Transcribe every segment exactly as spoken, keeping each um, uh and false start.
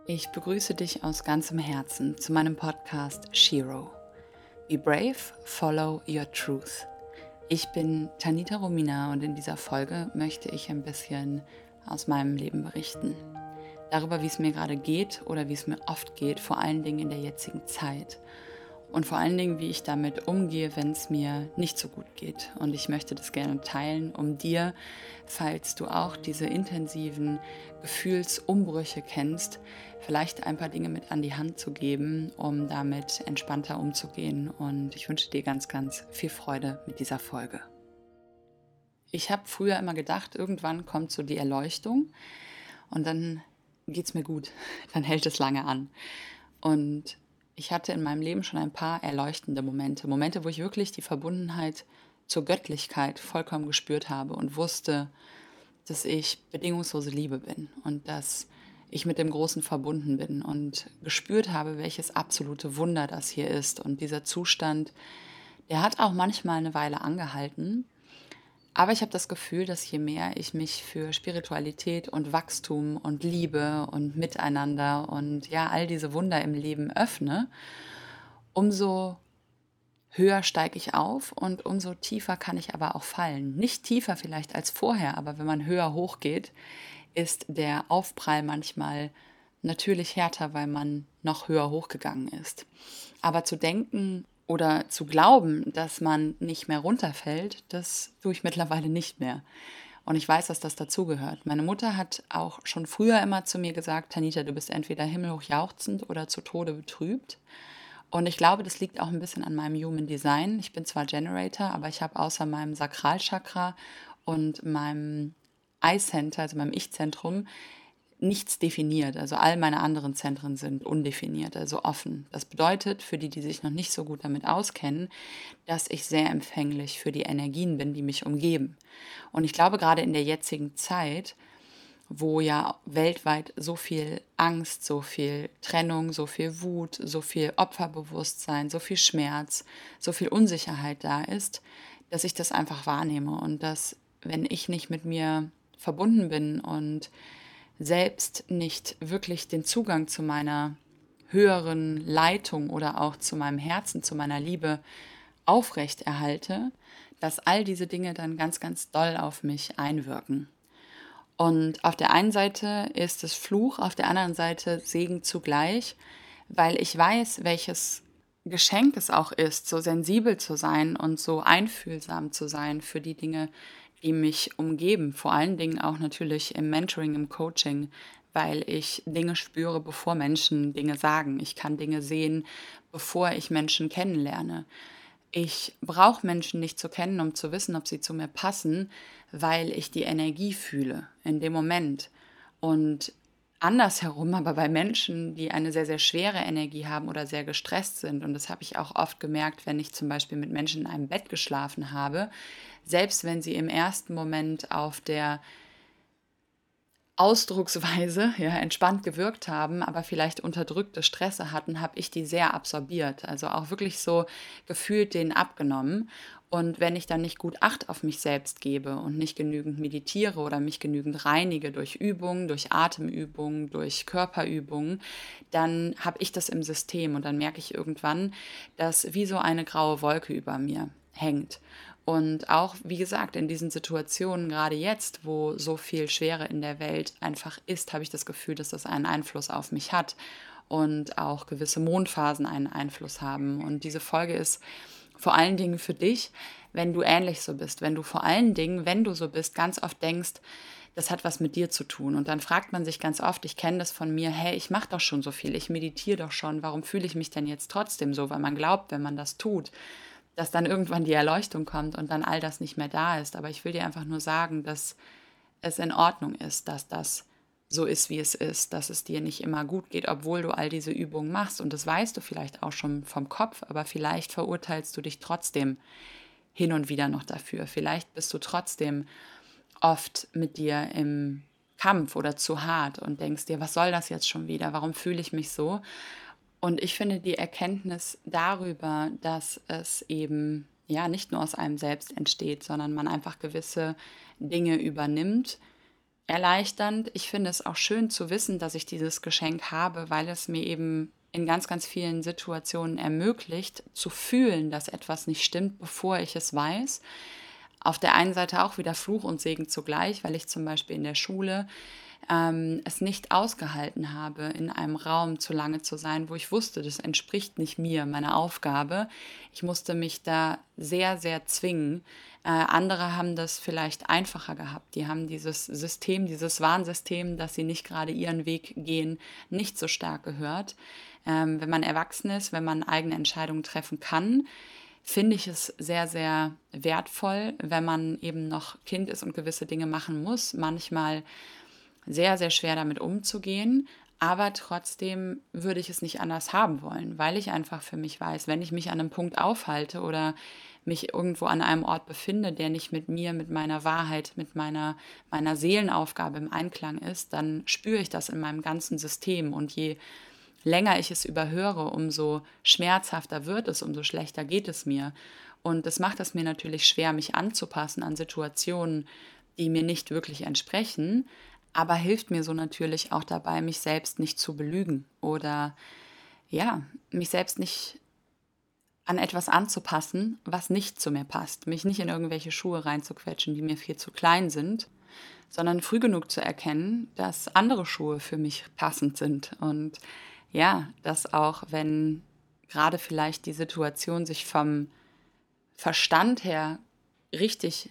Ich begrüße dich aus ganzem Herzen zu meinem Podcast Shiro. Be brave, follow your truth. Ich bin Tanita Romina und in dieser Folge möchte ich ein bisschen aus meinem Leben berichten. Darüber, wie es mir gerade geht oder wie es mir oft geht, vor allen Dingen in der jetzigen Zeit. Und vor allen Dingen, wie ich damit umgehe, wenn es mir nicht so gut geht. Und ich möchte das gerne teilen, um dir, falls du auch diese intensiven Gefühlsumbrüche kennst, vielleicht ein paar Dinge mit an die Hand zu geben, um damit entspannter umzugehen. Und ich wünsche dir ganz, ganz viel Freude mit dieser Folge. Ich habe früher immer gedacht, irgendwann kommt so die Erleuchtung und dann geht es mir gut. Dann hält es lange an. Und ich hatte in meinem Leben schon ein paar erleuchtende Momente. Momente, wo ich wirklich die Verbundenheit zur Göttlichkeit vollkommen gespürt habe und wusste, dass ich bedingungslose Liebe bin und dass ich mit dem Großen verbunden bin und gespürt habe, welches absolute Wunder das hier ist. Und dieser Zustand, der hat auch manchmal eine Weile angehalten. Aber ich habe das Gefühl, dass je mehr ich mich für Spiritualität und Wachstum und Liebe und Miteinander und ja, all diese Wunder im Leben öffne, umso höher steige ich auf und umso tiefer kann ich aber auch fallen. Nicht tiefer vielleicht als vorher, aber wenn man höher hochgeht, ist der Aufprall manchmal natürlich härter, weil man noch höher hochgegangen ist. Aber zu denken oder zu glauben, dass man nicht mehr runterfällt, das tue ich mittlerweile nicht mehr. Und ich weiß, dass das dazugehört. Meine Mutter hat auch schon früher immer zu mir gesagt, Tanita, du bist entweder himmelhoch jauchzend oder zu Tode betrübt. Und ich glaube, das liegt auch ein bisschen an meinem Human Design. Ich bin zwar Generator, aber ich habe außer meinem Sakralchakra und meinem I-Center, also meinem Ich-Zentrum, nichts definiert. Also all meine anderen Zentren sind undefiniert, also offen. Das bedeutet, für die, die sich noch nicht so gut damit auskennen, dass ich sehr empfänglich für die Energien bin, die mich umgeben. Und ich glaube, gerade in der jetzigen Zeit, wo ja weltweit so viel Angst, so viel Trennung, so viel Wut, so viel Opferbewusstsein, so viel Schmerz, so viel Unsicherheit da ist, dass ich das einfach wahrnehme und dass, wenn ich nicht mit mir verbunden bin und selbst nicht wirklich den Zugang zu meiner höheren Leitung oder auch zu meinem Herzen, zu meiner Liebe aufrechterhalte, dass all diese Dinge dann ganz, ganz doll auf mich einwirken. Und auf der einen Seite ist es Fluch, auf der anderen Seite Segen zugleich, weil ich weiß, welches Geschenk es auch ist, so sensibel zu sein und so einfühlsam zu sein für die Dinge, die mich umgeben. Vor allen Dingen auch natürlich im Mentoring, im Coaching, weil ich Dinge spüre, bevor Menschen Dinge sagen. Ich kann Dinge sehen, bevor ich Menschen kennenlerne. Ich brauche Menschen nicht zu kennen, um zu wissen, ob sie zu mir passen, weil ich die Energie fühle in dem Moment. Und andersherum, aber bei Menschen, die eine sehr, sehr schwere Energie haben oder sehr gestresst sind, und das habe ich auch oft gemerkt, wenn ich zum Beispiel mit Menschen in einem Bett geschlafen habe, selbst wenn sie im ersten Moment auf der Ausdrucksweise ja, entspannt gewirkt haben, aber vielleicht unterdrückte Stresse hatten, habe ich die sehr absorbiert. Also auch wirklich so gefühlt denen abgenommen. Und wenn ich dann nicht gut Acht auf mich selbst gebe und nicht genügend meditiere oder mich genügend reinige durch Übungen, durch Atemübungen, durch Körperübungen, dann habe ich das im System und dann merke ich irgendwann, dass wie so eine graue Wolke über mir hängt. Und auch, wie gesagt, in diesen Situationen, gerade jetzt, wo so viel Schwere in der Welt einfach ist, habe ich das Gefühl, dass das einen Einfluss auf mich hat und auch gewisse Mondphasen einen Einfluss haben. Und diese Folge ist vor allen Dingen für dich, wenn du ähnlich so bist, wenn du vor allen Dingen, wenn du so bist, ganz oft denkst, das hat was mit dir zu tun. Und dann fragt man sich ganz oft, ich kenne das von mir, hey, ich mache doch schon so viel, ich meditiere doch schon, warum fühle ich mich denn jetzt trotzdem so? Weil man glaubt, wenn man das tut, dass dann irgendwann die Erleuchtung kommt und dann all das nicht mehr da ist. Aber ich will dir einfach nur sagen, dass es in Ordnung ist, dass das so ist, wie es ist, dass es dir nicht immer gut geht, obwohl du all diese Übungen machst. Und das weißt du vielleicht auch schon vom Kopf, aber vielleicht verurteilst du dich trotzdem hin und wieder noch dafür. Vielleicht bist du trotzdem oft mit dir im Kampf oder zu hart und denkst dir, was soll das jetzt schon wieder? Warum fühle ich mich so? Und ich finde die Erkenntnis darüber, dass es eben ja nicht nur aus einem selbst entsteht, sondern man einfach gewisse Dinge übernimmt, erleichternd. Ich finde es auch schön zu wissen, dass ich dieses Geschenk habe, weil es mir eben in ganz, ganz vielen Situationen ermöglicht, zu fühlen, dass etwas nicht stimmt, bevor ich es weiß. Auf der einen Seite auch wieder Fluch und Segen zugleich, weil ich zum Beispiel in der Schule ähm, es nicht ausgehalten habe, in einem Raum zu lange zu sein, wo ich wusste, das entspricht nicht mir, meiner Aufgabe. Ich musste mich da sehr, sehr zwingen. Äh, andere haben das vielleicht einfacher gehabt. Die haben dieses System, dieses Warnsystem, dass sie nicht gerade ihren Weg gehen, nicht so stark gehört. Ähm, wenn man erwachsen ist, wenn man eigene Entscheidungen treffen kann, finde ich es sehr, sehr wertvoll, wenn man eben noch Kind ist und gewisse Dinge machen muss. Manchmal sehr, sehr schwer damit umzugehen, aber trotzdem würde ich es nicht anders haben wollen, weil ich einfach für mich weiß, wenn ich mich an einem Punkt aufhalte oder mich irgendwo an einem Ort befinde, der nicht mit mir, mit meiner Wahrheit, mit meiner, meiner Seelenaufgabe im Einklang ist, dann spüre ich das in meinem ganzen System. Und je länger ich es überhöre, umso schmerzhafter wird es, umso schlechter geht es mir. Und das macht es mir natürlich schwer, mich anzupassen an Situationen, die mir nicht wirklich entsprechen, aber hilft mir so natürlich auch dabei, mich selbst nicht zu belügen oder ja, mich selbst nicht an etwas anzupassen, was nicht zu mir passt, mich nicht in irgendwelche Schuhe reinzuquetschen, die mir viel zu klein sind, sondern früh genug zu erkennen, dass andere Schuhe für mich passend sind. Und ja, dass auch wenn gerade vielleicht die Situation sich vom Verstand her richtig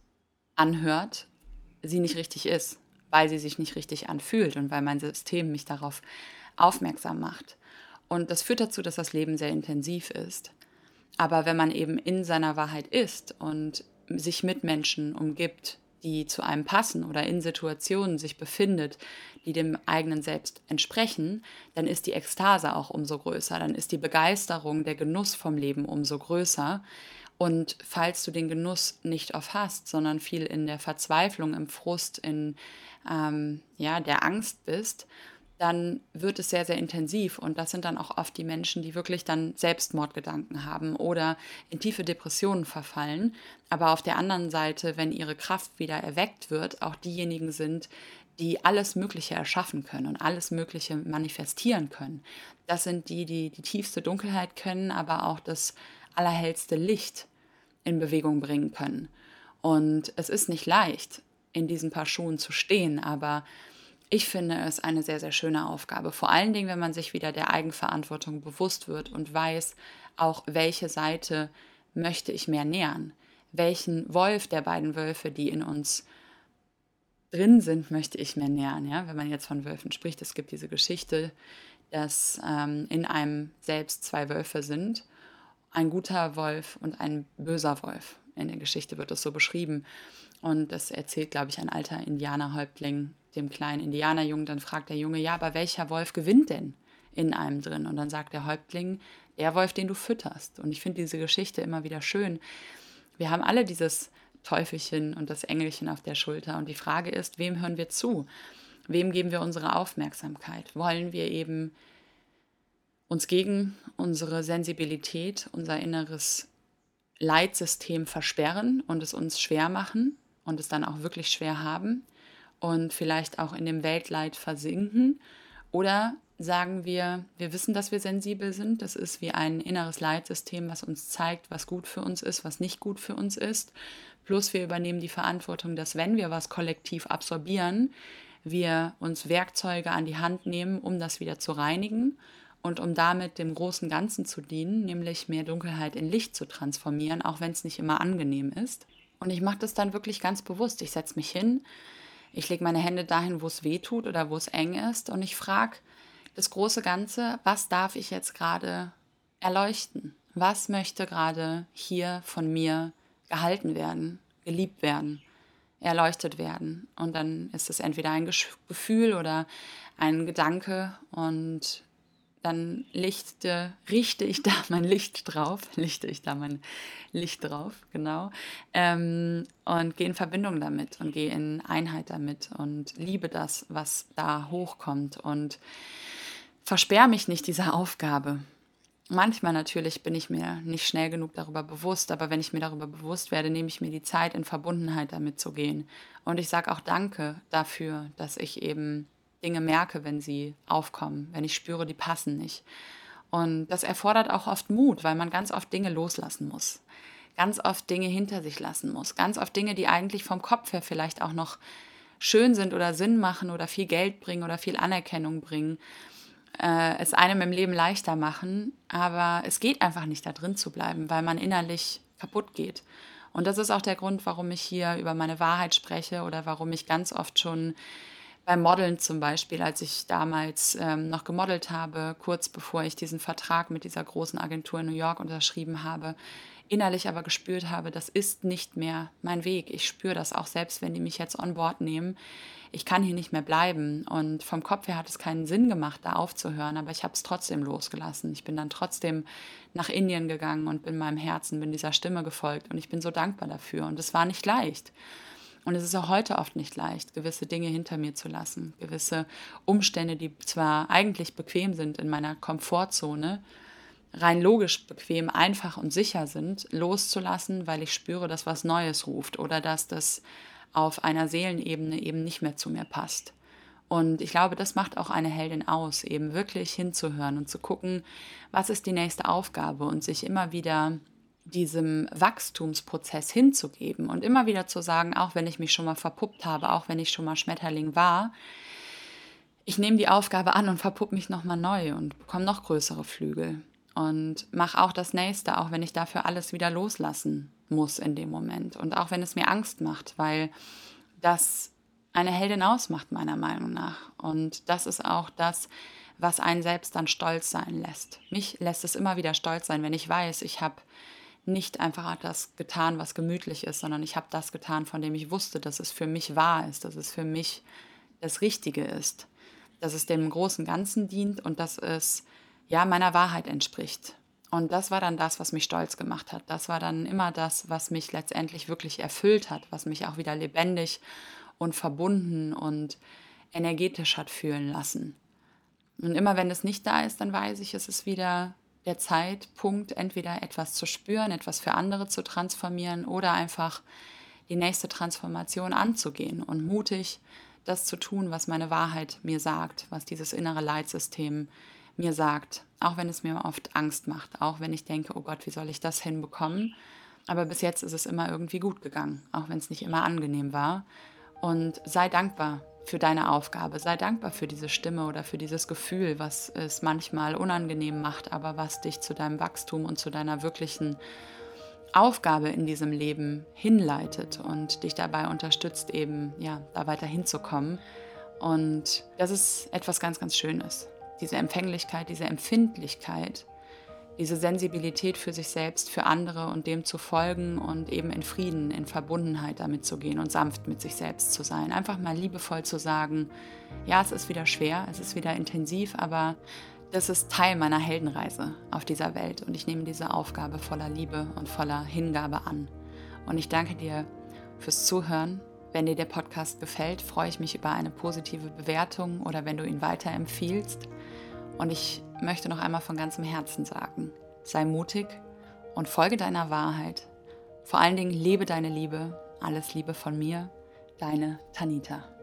anhört, sie nicht richtig ist, weil sie sich nicht richtig anfühlt und weil mein System mich darauf aufmerksam macht. Und das führt dazu, dass das Leben sehr intensiv ist. Aber wenn man eben in seiner Wahrheit ist und sich mit Menschen umgibt, die zu einem passen oder in Situationen sich befindet, die dem eigenen Selbst entsprechen, dann ist die Ekstase auch umso größer, dann ist die Begeisterung, der Genuss vom Leben umso größer. Und falls du den Genuss nicht oft hast, sondern viel in der Verzweiflung, im Frust, in ähm, ja, der Angst bist, dann wird es sehr, sehr intensiv. Und das sind dann auch oft die Menschen, die wirklich dann Selbstmordgedanken haben oder in tiefe Depressionen verfallen. Aber auf der anderen Seite, wenn ihre Kraft wieder erweckt wird, auch diejenigen sind, die alles Mögliche erschaffen können und alles Mögliche manifestieren können. Das sind die, die die tiefste Dunkelheit können, aber auch das allerhellste Licht in Bewegung bringen können. Und es ist nicht leicht, in diesen Paar Schuhen zu stehen, aber ich finde es eine sehr, sehr schöne Aufgabe. Vor allen Dingen, wenn man sich wieder der Eigenverantwortung bewusst wird und weiß, auch welche Seite möchte ich mehr nähern. Welchen Wolf der beiden Wölfe, die in uns drin sind, möchte ich mehr nähern. Ja? Wenn man jetzt von Wölfen spricht, es gibt diese Geschichte, dass ähm, in einem selbst zwei Wölfe sind. Ein guter Wolf und ein böser Wolf. In der Geschichte wird das so beschrieben. Und das erzählt, glaube ich, ein alter Indianerhäuptling dem kleinen Indianerjungen. Dann fragt der Junge, ja, aber welcher Wolf gewinnt denn in einem drin? Und dann sagt der Häuptling, der Wolf, den du fütterst. Und ich finde diese Geschichte immer wieder schön. Wir haben alle dieses Teufelchen und das Engelchen auf der Schulter. Und die Frage ist, wem hören wir zu? Wem geben wir unsere Aufmerksamkeit? Wollen wir eben uns gegen unsere Sensibilität, unser inneres Leitsystem versperren und es uns schwer machen und es dann auch wirklich schwer haben und vielleicht auch in dem Weltleid versinken? Oder sagen wir, wir wissen, dass wir sensibel sind, das ist wie ein inneres Leitsystem, was uns zeigt, was gut für uns ist, was nicht gut für uns ist, plus wir übernehmen die Verantwortung, dass wenn wir was kollektiv absorbieren, wir uns Werkzeuge an die Hand nehmen, um das wieder zu reinigen und um damit dem großen Ganzen zu dienen, nämlich mehr Dunkelheit in Licht zu transformieren, auch wenn es nicht immer angenehm ist. Und ich mache das dann wirklich ganz bewusst. Ich setze mich hin, ich lege meine Hände dahin, wo es weh tut oder wo es eng ist und ich frage das große Ganze, was darf ich jetzt gerade erleuchten? Was möchte gerade hier von mir gehalten werden, geliebt werden, erleuchtet werden? Und dann ist es entweder ein Gefühl oder ein Gedanke und dann lichte, richte ich da mein Licht drauf, lichte ich da mein Licht drauf, genau, ähm, und gehe in Verbindung damit und gehe in Einheit damit und liebe das, was da hochkommt und versperre mich nicht dieser Aufgabe. Manchmal natürlich bin ich mir nicht schnell genug darüber bewusst, aber wenn ich mir darüber bewusst werde, nehme ich mir die Zeit, in Verbundenheit damit zu gehen. Und ich sage auch Danke dafür, dass ich eben Dinge merke, wenn sie aufkommen, wenn ich spüre, die passen nicht. Und das erfordert auch oft Mut, weil man ganz oft Dinge loslassen muss, ganz oft Dinge hinter sich lassen muss, ganz oft Dinge, die eigentlich vom Kopf her vielleicht auch noch schön sind oder Sinn machen oder viel Geld bringen oder viel Anerkennung bringen, äh, es einem im Leben leichter machen, aber es geht einfach nicht, da drin zu bleiben, weil man innerlich kaputt geht. Und das ist auch der Grund, warum ich hier über meine Wahrheit spreche oder warum ich ganz oft schon beim Modeln zum Beispiel, als ich damals ähm, noch gemodelt habe, kurz bevor ich diesen Vertrag mit dieser großen Agentur in New York unterschrieben habe, innerlich aber gespürt habe, das ist nicht mehr mein Weg. Ich spüre das auch, selbst wenn die mich jetzt on board nehmen. Ich kann hier nicht mehr bleiben. Und vom Kopf her hat es keinen Sinn gemacht, da aufzuhören, aber ich habe es trotzdem losgelassen. Ich bin dann trotzdem nach Indien gegangen und bin meinem Herzen, bin dieser Stimme gefolgt. Und ich bin so dankbar dafür. Und es war nicht leicht. Und es ist auch heute oft nicht leicht, gewisse Dinge hinter mir zu lassen, gewisse Umstände, die zwar eigentlich bequem sind in meiner Komfortzone, rein logisch bequem, einfach und sicher sind, loszulassen, weil ich spüre, dass was Neues ruft oder dass das auf einer Seelenebene eben nicht mehr zu mir passt. Und ich glaube, das macht auch eine Heldin aus, eben wirklich hinzuhören und zu gucken, was ist die nächste Aufgabe und sich immer wieder diesem Wachstumsprozess hinzugeben und immer wieder zu sagen, auch wenn ich mich schon mal verpuppt habe, auch wenn ich schon mal Schmetterling war, ich nehme die Aufgabe an und verpupp mich nochmal neu und bekomme noch größere Flügel und mache auch das Nächste, auch wenn ich dafür alles wieder loslassen muss in dem Moment und auch wenn es mir Angst macht, weil das eine Heldin ausmacht, meiner Meinung nach. Und das ist auch das, was einen selbst dann stolz sein lässt. Mich lässt es immer wieder stolz sein, wenn ich weiß, ich habe nicht einfach das getan, was gemütlich ist, sondern ich habe das getan, von dem ich wusste, dass es für mich wahr ist, dass es für mich das Richtige ist, dass es dem großen Ganzen dient und dass es ja meiner Wahrheit entspricht. Und das war dann das, was mich stolz gemacht hat. Das war dann immer das, was mich letztendlich wirklich erfüllt hat, was mich auch wieder lebendig und verbunden und energetisch hat fühlen lassen. Und immer wenn es nicht da ist, dann weiß ich, es ist wieder der Zeitpunkt, entweder etwas zu spüren, etwas für andere zu transformieren oder einfach die nächste Transformation anzugehen und mutig das zu tun, was meine Wahrheit mir sagt, was dieses innere Leitsystem mir sagt, auch wenn es mir oft Angst macht, auch wenn ich denke, oh Gott, wie soll ich das hinbekommen? Aber bis jetzt ist es immer irgendwie gut gegangen, auch wenn es nicht immer angenehm war. Und sei dankbar für deine Aufgabe, sei dankbar für diese Stimme oder für dieses Gefühl, was es manchmal unangenehm macht, aber was dich zu deinem Wachstum und zu deiner wirklichen Aufgabe in diesem Leben hinleitet und dich dabei unterstützt, eben ja, da weiter hinzukommen. Und das ist etwas ganz, ganz Schönes. Diese Empfänglichkeit, diese Empfindlichkeit, diese Sensibilität für sich selbst, für andere und dem zu folgen und eben in Frieden, in Verbundenheit damit zu gehen und sanft mit sich selbst zu sein. Einfach mal liebevoll zu sagen, ja, es ist wieder schwer, es ist wieder intensiv, aber das ist Teil meiner Heldenreise auf dieser Welt und ich nehme diese Aufgabe voller Liebe und voller Hingabe an. Und ich danke dir fürs Zuhören. Wenn dir der Podcast gefällt, freue ich mich über eine positive Bewertung oder wenn du ihn weiterempfiehlst. Und ich möchte noch einmal von ganzem Herzen sagen, sei mutig und folge deiner Wahrheit. Vor allen Dingen lebe deine Liebe. Alles Liebe von mir, deine Tanita.